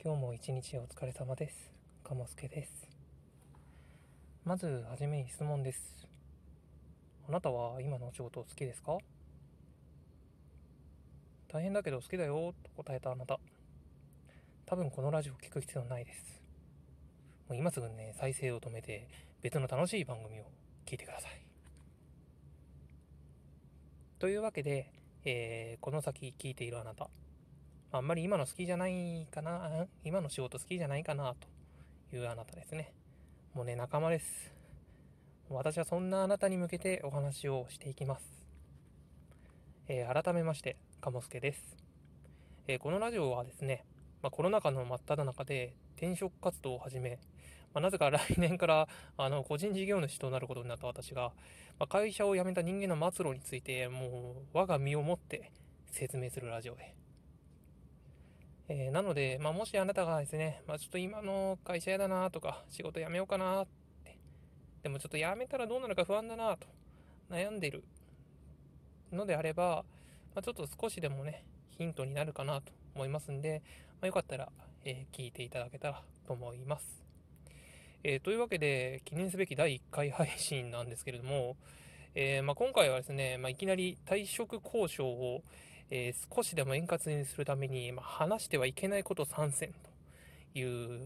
今日も一日お疲れ様です。かもすけです。まずはじめに質問です。あなたは今のお仕事好きですか？大変だけど好きだよと答えたあなた。多分このラジオ聞く必要ないです。もう今すぐね、再生を止めて別の楽しい番組を聞いてください。というわけで、この先聞いているあなた。あんまり今の好きじゃないかな、今の仕事好きじゃないかなというあなたですね。もうね、仲間です。私はそんなあなたに向けてお話をしていきます。改めまして、かもすけです。このラジオはですね、コロナ禍の真っ只中で転職活動を始め、なぜか来年から個人事業主となることになった私が、会社を辞めた人間の末路について、もう我が身をもって説明するラジオで。なので、もしあなたがですね、ちょっと今の会社嫌だなとか、仕事辞めようかなって、でもちょっと辞めたらどうなるか不安だなと悩んでいるのであれば、ちょっと少しでもね、ヒントになるかなと思いますんで、よかったら、聞いていただけたらと思います。というわけで、記念すべき第1回配信なんですけれども、今回はですね、いきなり退職交渉を、少しでも円滑にするために、話してはいけないこと参戦という、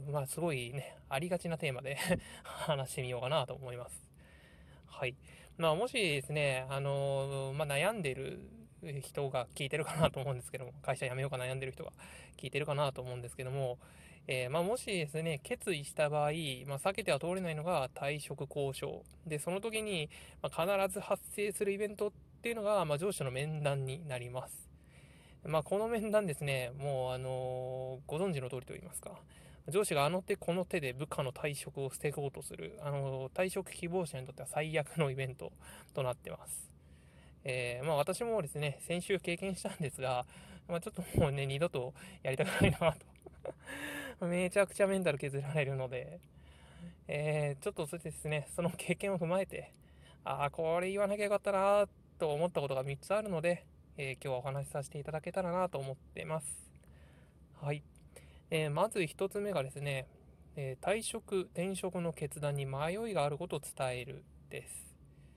すごいね、ありがちなテーマで話してみようかなと思います。はい。もしですね、悩んでる人が聞いてるかなと思うんですけども、会社辞めようか悩んでる人が聞いてるかなと思うんですけども、もしですね、決意した場合、避けては通れないのが退職交渉。で、その時に、必ず発生するイベントっていうのが、上司の面談になります。この面談ですね、もうご存知の通りと言いますか、上司があの手この手で部下の退職を防ごうとする、退職希望者にとっては最悪のイベントとなってます。私もですね、先週経験したんですが、ちょっともうね、二度とやりたくないなと。めちゃくちゃメンタル削られるので、ちょっとそうですね、その経験を踏まえて、これ言わなきゃよかったなと思ったことが3つあるので、今日はお話しさせていただけたらなと思っています。はい。まず1つ目がですね、退職、転職の決断に迷いがあることを伝えるです。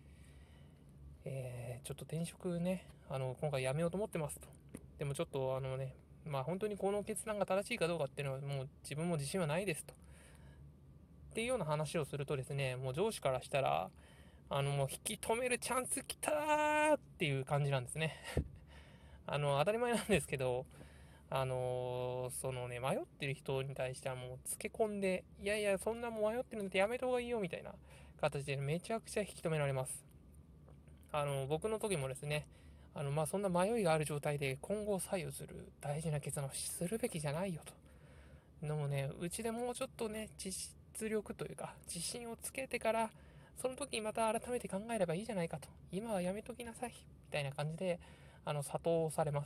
ちょっと転職ね、今回辞めようと思ってますと。でもちょっと本当にこの決断が正しいかどうかっていうのはもう自分も自信はないですと。っていうような話をするとですね、もう上司からしたら、もう引き止めるチャンス来たーっていう感じなんですね。当たり前なんですけど、そのね、迷ってる人に対してはもうつけ込んで、いやいや、そんなもう迷ってるんだってやめた方がいいよみたいな形でめちゃくちゃ引き止められます。僕の時もですね、そんな迷いがある状態で今後左右する大事な決断をするべきじゃないよと。でもね、うちでもうちょっとね、実力というか、自信をつけてから、その時にまた改めて考えればいいじゃないかと。今はやめときなさい。みたいな感じで、諭されます。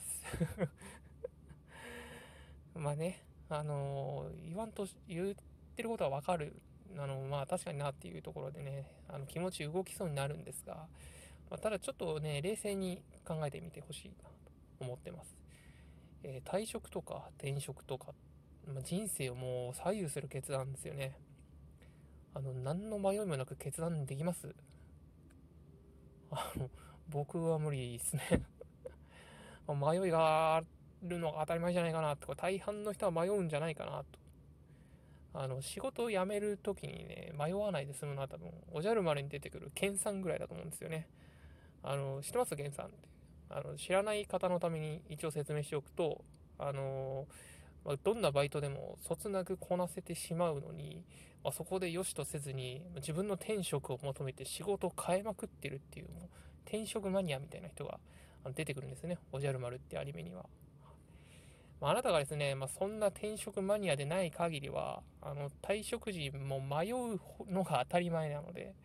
言ってることはわかる。確かになっていうところでね、気持ち動きそうになるんですが、ただちょっとね、冷静に考えてみてほしいなと思ってます。退職とか転職とか、人生をもう左右する決断ですよね。何の迷いもなく決断できます？あの、僕は無理ですね。迷いがあるのが当たり前じゃないかなとか、大半の人は迷うんじゃないかなと。仕事を辞めるときにね、迷わないで済むのは多分、おじゃる丸に出てくるケンさんぐらいだと思うんですよね。知ってますケンさんって。知らない方のために一応説明しておくと、あの、どんなバイトでもそつなくこなせてしまうのに、そこで良しとせずに自分の転職を求めて仕事を変えまくってるっていう、もう転職マニアみたいな人が出てくるんですね。おじゃる丸ってアニメには。あなたがですね、そんな転職マニアでない限りは、退職時も迷うのが当たり前なので、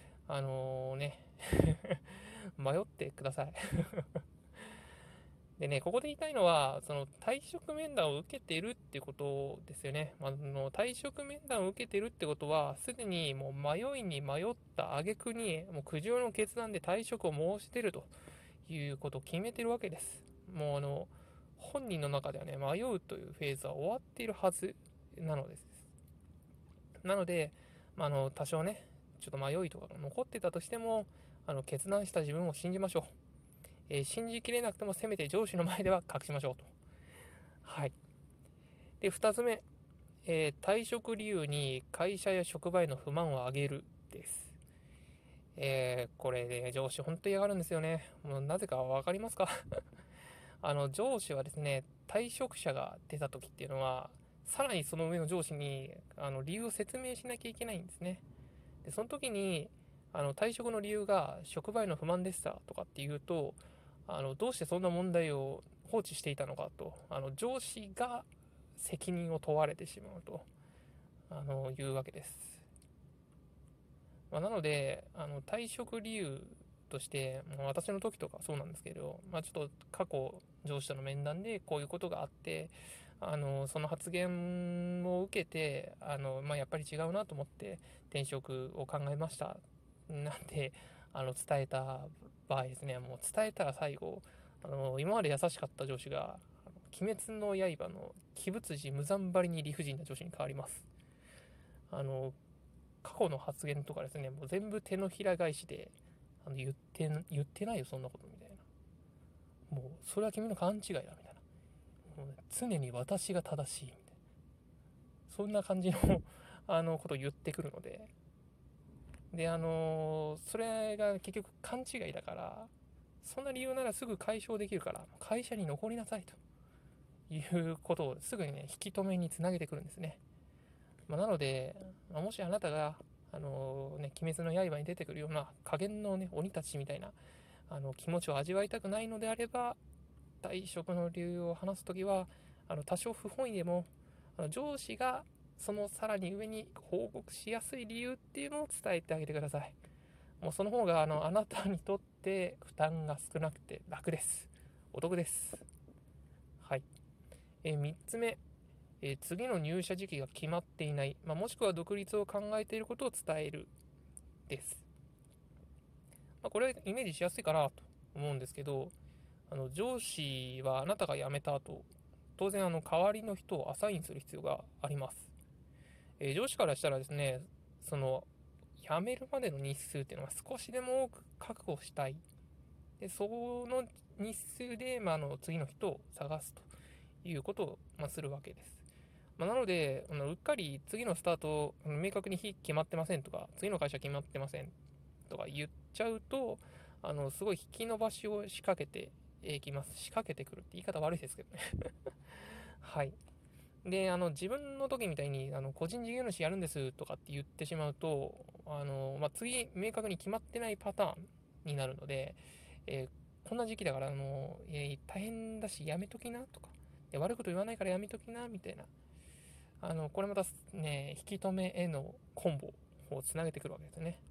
迷ってください。でね、ここで言いたいのは、その退職面談を受けているってことですよね。退職面談を受けているってことは、すでにもう迷いに迷った挙句に、もう苦情の決断で退職を申し出るということを決めてるわけです。もう本人の中ではね、迷うというフェーズは終わっているはずなのです。なので、多少ね、ちょっと迷いとかが残ってたとしても、決断した自分を信じましょう。信じきれなくてもせめて上司の前では隠しましょうと。はい。で、2つ目、退職理由に会社や職場への不満を挙げるです。これね、上司本当に嫌がるんですよね。もうなぜかわかりますか？上司はですね、退職者が出た時っていうのは、さらにその上の上司に理由を説明しなきゃいけないんですね。で、その時に退職の理由が職場への不満でしたとかっていうと、どうしてそんな問題を放置していたのかと、上司が責任を問われてしまうというわけです。なので退職理由として、私の時とかそうなんですけど、ちょっと過去上司との面談でこういうことがあって、その発言を受けてやっぱり違うなと思って転職を考えましたなんて伝えた場合ですね、もう伝えたら最後今まで優しかった上司が鬼滅の刃の鬼舞辻無惨張りに理不尽な上司に変わります。過去の発言とかですね、もう全部手のひら返しで言ってないよそんなことみたいな、もうそれは君の勘違いだみたいな、もう、ね、常に私が正しいみたいな、そんな感じのことを言ってくるので、それが結局勘違いだから、そんな理由ならすぐ解消できるから会社に残りなさいということをすぐにね引き止めにつなげてくるんですね。なので、もしあなたが鬼滅の刃に出てくるような加減のね鬼たちみたいな気持ちを味わいたくないのであれば、退職の理由を話すときは多少不本意でも上司がそのさらに上に報告しやすい理由っていうのを伝えてあげてください。もうその方があなたにとって負担が少なくて楽です。お得です。はい。3つ目、次の入社時期が決まっていない、もしくは独立を考えていることを伝えるです。これイメージしやすいかなと思うんですけど、上司はあなたが辞めた後、当然代わりの人をアサインする必要があります。上司からしたらですね、その辞めるまでの日数っていうのが少しでも多く確保したい。で、その日数で、次の人を探すということを、するわけです。なので、うっかり次のスタート、明確に日決まってませんとか、次の会社決まってませんとか言っちゃうと、すごい引き延ばしを仕掛けていきます。仕掛けてくるって言い方悪いですけどね。はい。で、自分の時みたいに、個人事業主やるんですとかって言ってしまうと、次、明確に決まってないパターンになるので、こんな時期だから、大変だし、やめときなとか、悪いこと言わないからやめときな、みたいな。これまたね、引き止めへのコンボをつなげてくるわけですね。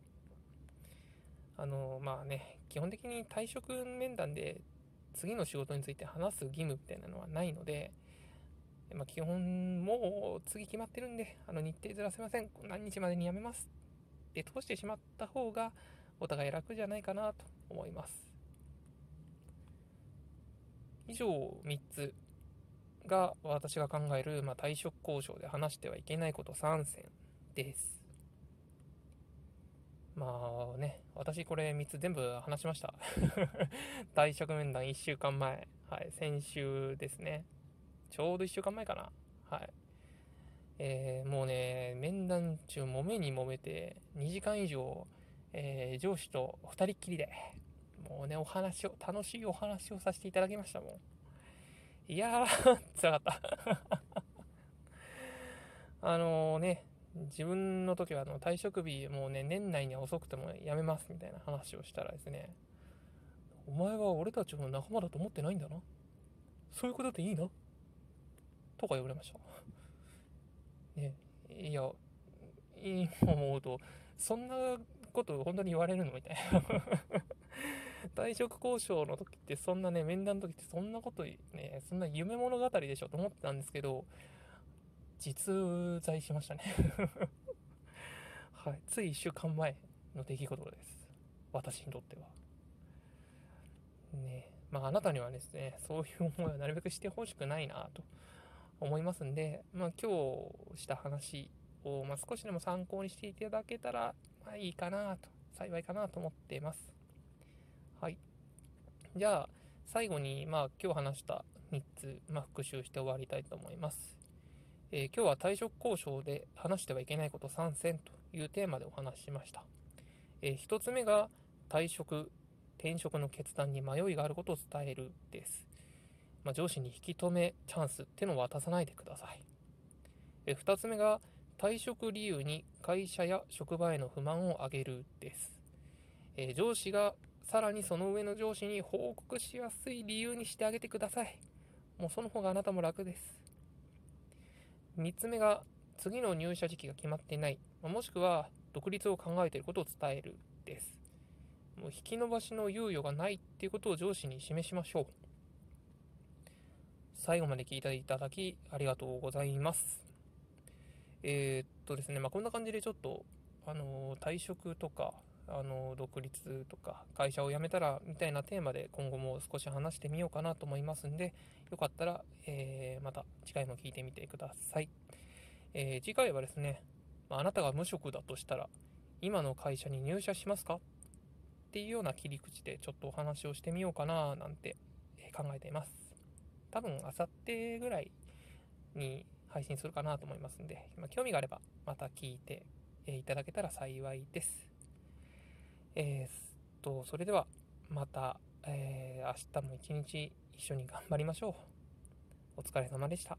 基本的に退職面談で次の仕事について話す義務みたいなのはないので、基本もう次決まってるんで、日程ずらせません。何日までに辞めます。って通してしまった方がお互い楽じゃないかなと思います。以上3つが私が考える、退職交渉で話してはいけないこと3選です。私これ3つ全部話しました。退職面談1週間前。はい、先週ですね。ちょうど1週間前かな。はい。もうね、面談中揉めに揉めて2時間以上、上司と2人っきりで、もうね、楽しいお話をさせていただきましたもん。いやー、辛かった。自分の時は退職日もうね、年内には遅くても辞めますみたいな話をしたらですね、お前は俺たちの仲間だと思ってないんだな。そういうことでいいのとか言われました。ね、いや、今思うと、そんなこと本当に言われるのみたいな。退職交渉の時ってそんなね、面談の時ってそんなことね、そんな夢物語でしょと思ってたんですけど、実在しましたね。はい。つい1週間前の出来事です。私にとっては。ねあなたにはですね、そういう思いはなるべくしてほしくないなと思いますんで、今日した話を、少しでも参考にしていただけたら、いいかなと、幸いかなと思っています。はい。じゃあ、最後に、今日話した3つ、復習して終わりたいと思います。今日は退職交渉で話してはいけないこと3選というテーマでお話ししました。1つ目が退職、転職の決断に迷いがあることを伝えるです。上司に引き止めチャンスってのを渡さないでください。2つ目が退職理由に会社や職場への不満を挙げるです。上司がさらにその上の上司に報告しやすい理由にしてあげてください。もうその方があなたも楽です。3つ目が次の入社時期が決まっていない、もしくは独立を考えていることを伝えるです。もう引き延ばしの猶予がないっていうことを上司に示しましょう。最後まで聞いていただきありがとうございます。ですね、こんな感じでちょっと、退職とか、独立とか、会社を辞めたらみたいなテーマで今後も少し話してみようかなと思いますんで、よかったら、また次回も聞いてみてください。次回はですね、あなたが無職だとしたら、今の会社に入社しますかっていうような切り口でちょっとお話をしてみようかななんて考えています。多分、あさってぐらいに配信するかなと思いますんで、興味があればまた聞いていただけたら幸いです。それではまた、明日も一日一緒に頑張りましょう。お疲れ様でした。